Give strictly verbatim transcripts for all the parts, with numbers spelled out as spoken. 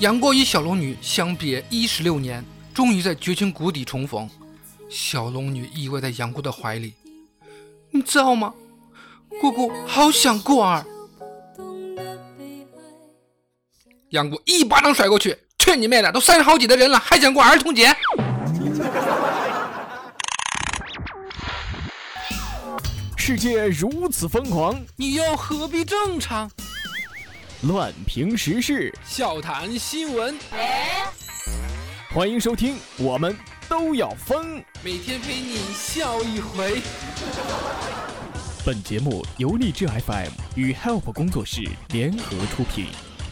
杨过与小龙女相别一十六年，终于在绝情谷底重逢。小龙女依偎在杨过的怀里，你知道吗？姑姑好想过儿。杨过一巴掌甩过去，去你妹的，都三十好几的人了，还想过儿童节？ 世界如此疯狂， 你又何必正常？ 乱评时事， 笑谈新闻， 欢迎收听，我们都要疯， 每天陪你笑一回。 本节目由励志 F M 与 Help 工作室联合出品。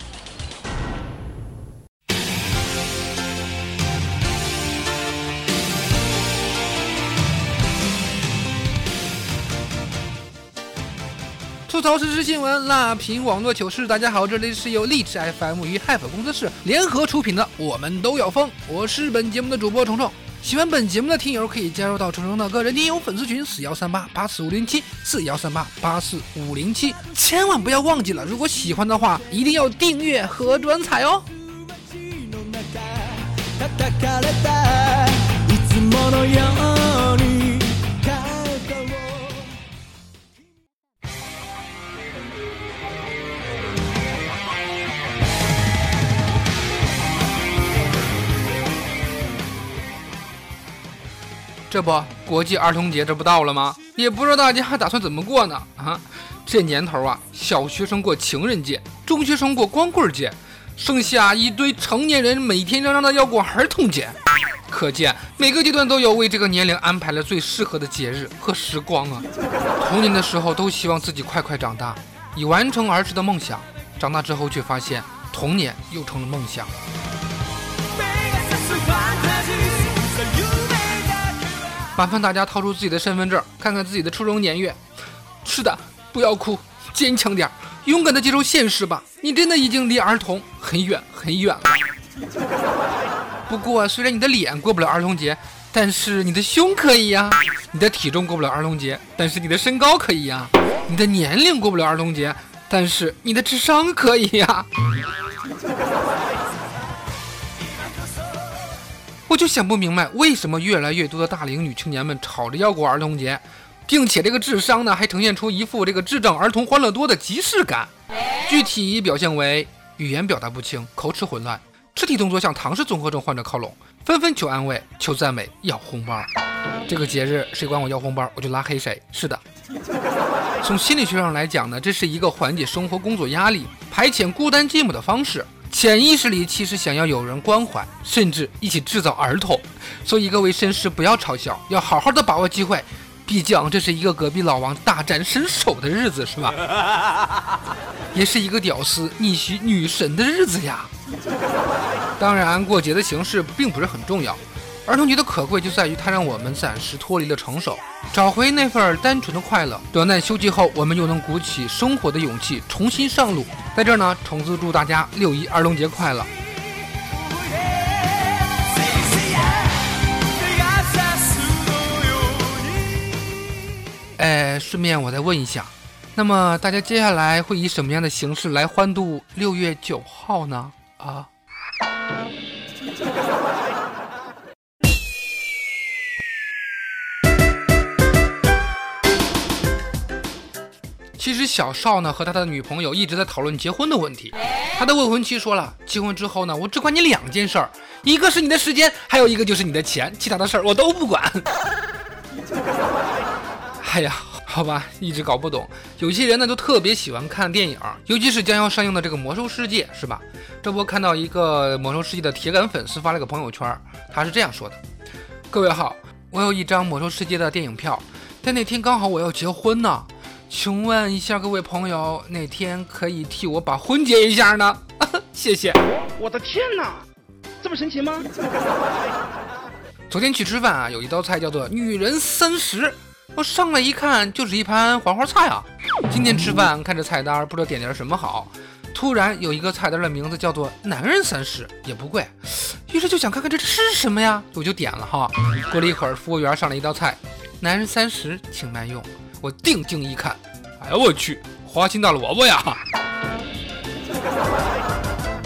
吐槽时事新闻，辣评网络糗事。大家好，这里是由励志 F M 与 Help 工作室联合出品的《我们都要疯》，我是本节目的主播虫虫。喜欢本节目的听友可以加入到虫虫的个人听友粉丝群四一三八八四五零七四一三八八四五零七，千万不要忘记了，如果喜欢的话，一定要订阅和转采哦。这不，国际儿童节这不到了吗？也不知道大家还打算怎么过呢？啊，这年头啊，小学生过情人节，中学生过光棍节，剩下一堆成年人每天嚷嚷的要过儿童节。可见每个阶段都有为这个年龄安排了最适合的节日和时光啊。童年的时候都希望自己快快长大，以完成儿时的梦想，长大之后却发现童年又成了梦想。麻烦大家掏出自己的身份证，看看自己的出生年月。是的，不要哭，坚强点，勇敢的接受现实吧。你真的已经离儿童很远很远了。不过，虽然你的脸过不了儿童节，但是你的胸可以呀；你的体重过不了儿童节，但是你的身高可以呀；你的年龄过不了儿童节，但是你的智商可以呀。我就想不明白，为什么越来越多的大龄女青年们吵着要过儿童节，并且这个智商呢还呈现出一副这个智障儿童欢乐多的即视感。具体表现为语言表达不清、口齿混乱，肢体动作向唐氏综合症患者靠拢，纷纷求安慰、求赞美、要红包。这个节日谁管我要红包，我就拉黑谁。是的，从心理学上来讲呢，这是一个缓解生活工作压力、排遣孤单寂寞的方式。潜意识里其实想要有人关怀，甚至一起制造儿童。所以各位绅士不要嘲笑，要好好的把握机会，毕竟这是一个隔壁老王大展身手的日子，是吧？也是一个屌丝逆袭女神的日子呀。当然，过节的形式并不是很重要，儿童节的可贵就在于它让我们暂时脱离了成熟，找回那份单纯的快乐。短暂休息后，我们又能鼓起生活的勇气，重新上路。在这儿呢，虫子祝大家六一儿童节快乐！哎，顺便我再问一下，那么大家接下来会以什么样的形式来欢度六月九号呢？啊？其实小邵呢和他的女朋友一直在讨论结婚的问题。他的未婚妻说了，结婚之后呢，我只管你两件事儿，一个是你的时间，还有一个就是你的钱，其他的事儿我都不管。哎呀，好吧，一直搞不懂。有些人呢都特别喜欢看电影，尤其是将要上映的这个魔兽世界，是吧？这不看到一个魔兽世界的铁杆粉丝发了个朋友圈，他是这样说的：各位好，我有一张魔兽世界的电影票，但那天刚好我要结婚呢，请问一下各位朋友，哪天可以替我把婚结一下呢？谢谢。 我的天哪，这么神奇吗？ 昨天去吃饭啊，有一道菜叫做女人三十，我上来一看就是一盘黄花菜啊。今天吃饭看着菜单，不知道点点什么好，突然有一个菜单的名字叫做男人三十，也不贵，于是就想看看这是什么呀，我就点了哈。过了一会儿，服务员上了一道菜，男人三十请慢用。我定睛一看，哎呀我去，花心大萝卜呀！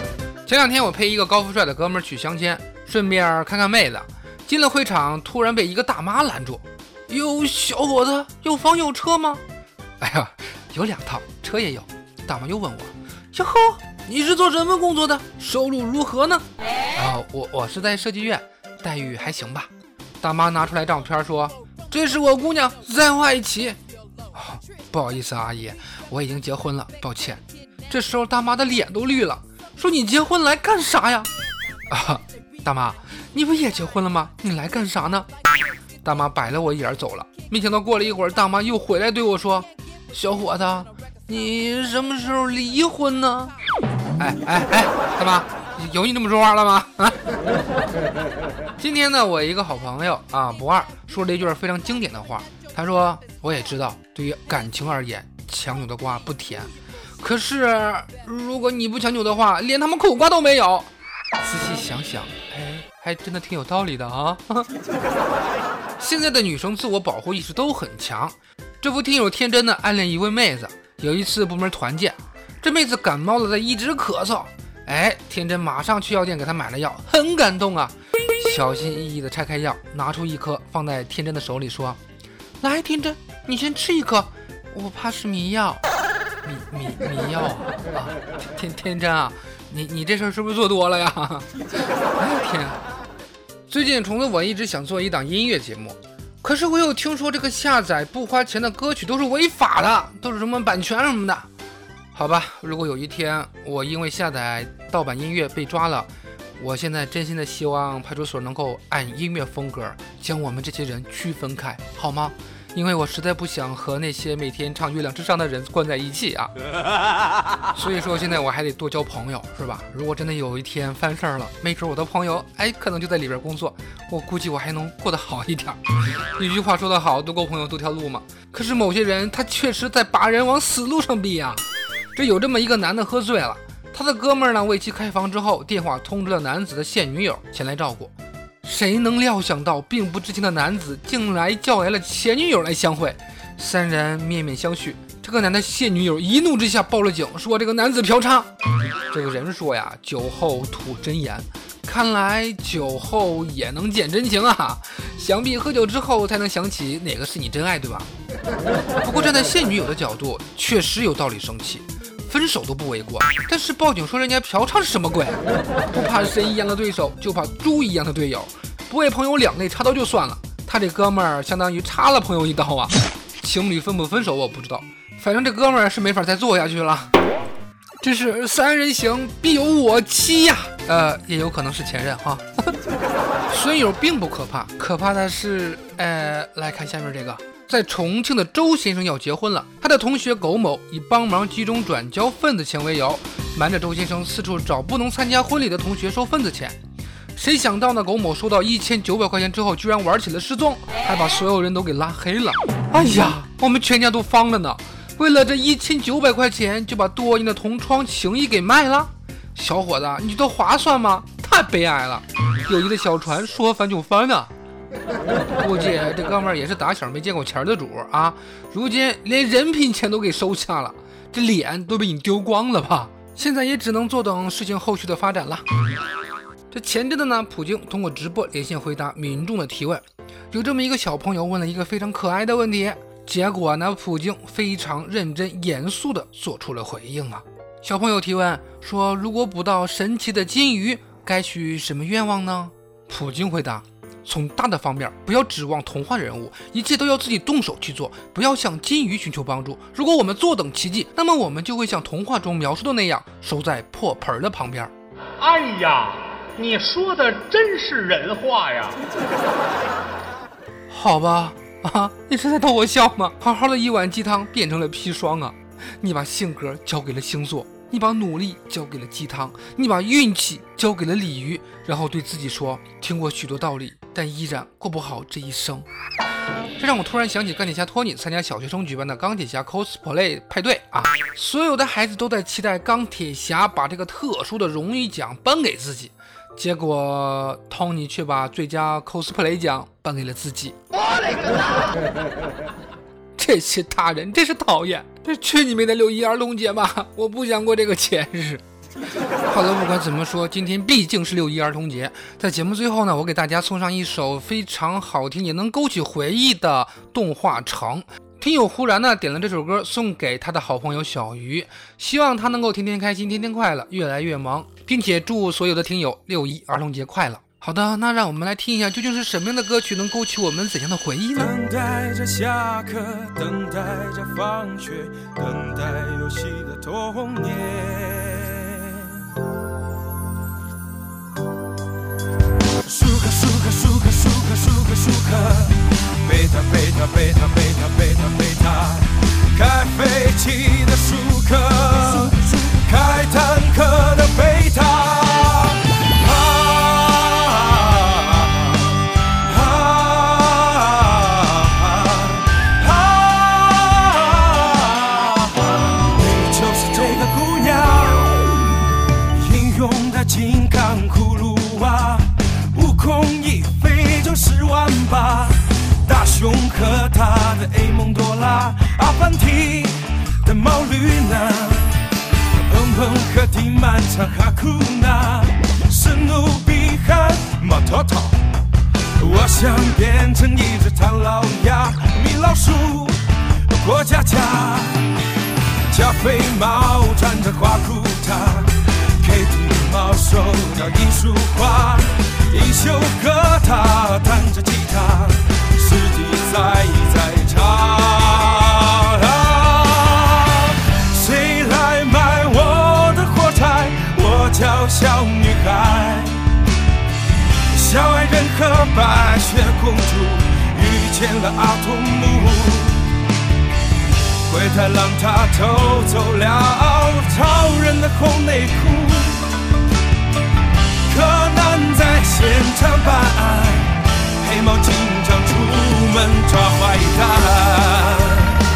前两天我陪一个高富帅的哥们儿去相亲，顺便看看妹子。进了会场，突然被一个大妈拦住：“哟，小伙子，有房有车吗？”“哎呀，有两套，车也有。”大妈又问我：“哟呵，你是做什么工作的？收入如何呢？”“啊，我我是在设计院，待遇还行吧。”大妈拿出来照片说：“这是我姑娘，在我一起。”“哦，不好意思，阿姨，我已经结婚了，抱歉。”这时候大妈的脸都绿了，说：“你结婚来干啥呀？”“啊，大妈，你不也结婚了吗？你来干啥呢？”大妈摆了我一眼走了。没想到过了一会儿，大妈又回来对我说：“小伙子，你什么时候离婚呢？”哎哎哎，大妈，有你这么说话了吗？啊！今天呢，我一个好朋友啊，不二说了一句非常经典的话。他说：“我也知道，对于感情而言，强扭的瓜不甜。可是如果你不强扭的话，连他们苦瓜都没有。”仔细想想，哎，还真的挺有道理的啊。现在的女生自我保护意识都很强。这副听友天真的暗恋一位妹子，有一次部门团建，这妹子感冒了，在一直咳嗽。哎，天真马上去药店给她买了药，很感动啊。小心翼翼地拆开药，拿出一颗放在天真的手里，说：“来，天真，你先吃一颗，我怕是迷药。”迷迷迷药啊！啊，天天真啊，你你这事儿是不是做多了呀？哎呀天啊！最近虫子我一直想做一档音乐节目，可是我有听说这个下载不花钱的歌曲都是违法的，都是什么版权什么的。好吧，如果有一天我因为下载盗版音乐被抓了，我现在真心的希望派出所能够按音乐风格将我们这些人区分开，好吗？因为我实在不想和那些每天唱月亮之上的人关在一起啊。所以说现在我还得多交朋友，是吧？如果真的有一天犯事儿了，没准我的朋友哎可能就在里边工作，我估计我还能过得好一点。一句话说得好，多够朋友多条路嘛。可是某些人他确实在把人往死路上逼啊。这有这么一个男的喝醉了，他的哥们儿呢为其开房之后，电话通知了男子的现女友前来照顾。谁能料想到并不知情的男子竟然叫来了前女友来相会，三人面面相觑。这个男的现女友一怒之下报了警，说这个男子嫖娼。这个人说呀，酒后吐真言，看来酒后也能见真情啊，想必喝酒之后才能想起哪个是你真爱，对吧？不过站在现女友的角度，确实有道理生气，分手都不为过，但是报警说人家嫖娼是什么鬼？不怕神一样的对手，就怕猪一样的队友。不为朋友两肋插刀就算了，他这哥们儿相当于插了朋友一刀啊。情侣分不分手我不知道，反正这哥们儿是没法再做下去了。这是三人行必有我妻呀，呃，也有可能是前任哈。损友并不可怕，可怕的是，呃，来看下面这个。在重庆的周先生要结婚了，他的同学苟某以帮忙集中转交份子钱为由，瞒着周先生四处找不能参加婚礼的同学收份子钱。谁想到呢？苟某收到一千九百块钱之后，居然玩起了失踪，还把所有人都给拉黑了。哎呀，我们全家都慌了呢！为了这一千九百块钱，就把多年的同窗情谊给卖了。小伙子，你觉得划算吗？太悲哀了！友谊的小船说翻就翻啊！估计这哥们儿也是打小没见过钱的主啊，如今连人品钱都给收下了，这脸都被你丢光了吧？现在也只能坐等事情后续的发展了。这前阵的呢，普京通过直播连线回答民众的提问。有这么一个小朋友问了一个非常可爱的问题，结果呢，普京非常认真严肃地做出了回应啊。小朋友提问说，如果捕到神奇的金鱼，该许什么愿望呢？普京回答，从大的方面，不要指望童话人物，一切都要自己动手去做，不要向金鱼寻求帮助。如果我们坐等奇迹，那么我们就会像童话中描述的那样，守在破盆的旁边。 哎呀，你说的真是人话呀！ 好吧，啊，你是在逗我笑吗？好好的一碗鸡汤变成了砒霜啊！你把性格交给了星座，你把努力交给了鸡汤，你把运气交给了鲤鱼，然后对自己说，听过许多道理，但依然过不好这一生。这让我突然想起钢铁侠托尼参加小学生举办的钢铁侠 cosplay 派对啊，所有的孩子都在期待钢铁侠把这个特殊的荣誉奖颁给自己，结果托尼却把最佳 cosplay 奖颁给了自己。我勒个这些大人真是讨厌！这去你妹的六一儿童节吧！我不想过这个节日。 好了，不管怎么说，今天毕竟是六一儿童节，在节目最后呢，我给大家送上一首非常好听也能勾起回忆的动画城。听友忽然呢点了这首歌送给他的好朋友小鱼，希望他能够天天开心，天天快乐，越来越忙，并且祝所有的听友六一儿童节快乐。好的，那让我们来听一下，究竟是什么样的歌曲能勾起我们怎样的回忆呢？ 等待着下课，等待着放学，等待游戏的童年。舒克舒克舒克舒克舒克舒克，贝塔贝塔贝塔贝塔贝塔贝塔，开飞机的舒克，开坦克的贝塔。金刚骷髅啊，悟空一飞就十万八，大雄和他的 A 梦多拉，阿凡提的毛驴呢，鹏鹏和迪满场哈库纳，史努比和马托托。我想变成一只唐老鸭，米老鼠过家家，加菲猫穿着花裤衩，K T猫手摇艺术画，一休和他弹着吉他，师弟在在唱、啊、谁来买我的火柴，我叫小女孩，小矮人和白雪公主遇见了阿童木，灰太狼他偷走了超人的红内裤，柯南在现场办案，黑猫警长出门抓坏蛋。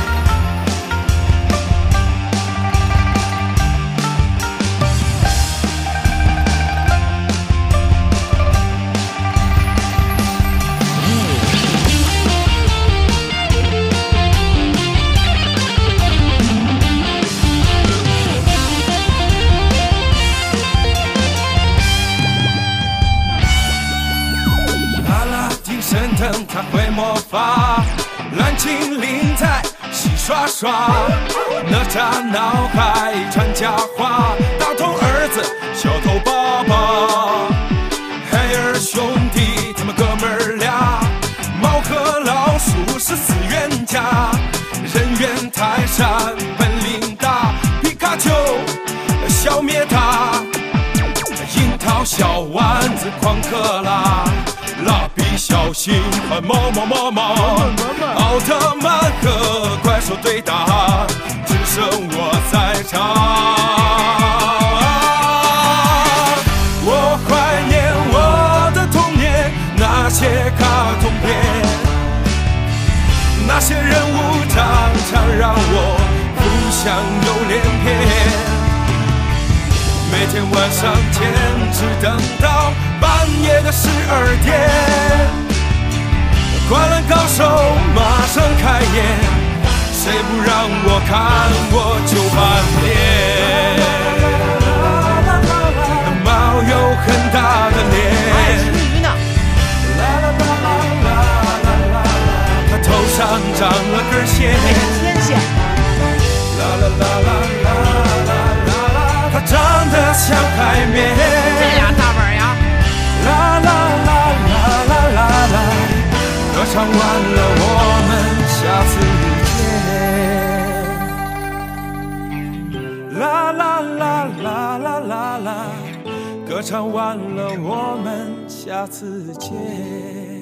神灯他会魔法，蓝精灵在洗刷刷，哪吒闹海传佳话，大头儿子小头爸爸，海尔兄弟他们哥们儿俩，猫和老鼠是死冤家，人猿泰山本领大，皮卡丘消灭他，樱桃小丸子狂克拉，蜡笔小新和毛毛毛毛，奥特曼和怪兽对打，只剩我在场。我怀念我的童年，那些卡通片，那些人物常常让我浮想又连篇。每天晚上坚持等到半夜的十二点，灌篮高手马上开演，谁不让我看我就翻脸。猫有很大的脸，他头上长了根线，天线。啦啦啦啦啦啦啦啦，他长得像海绵。这俩大本呀！啦啦啦啦啦啦啦，歌唱完了，我们下次见。啦啦啦啦啦啦啦，歌唱完了，我们下次见。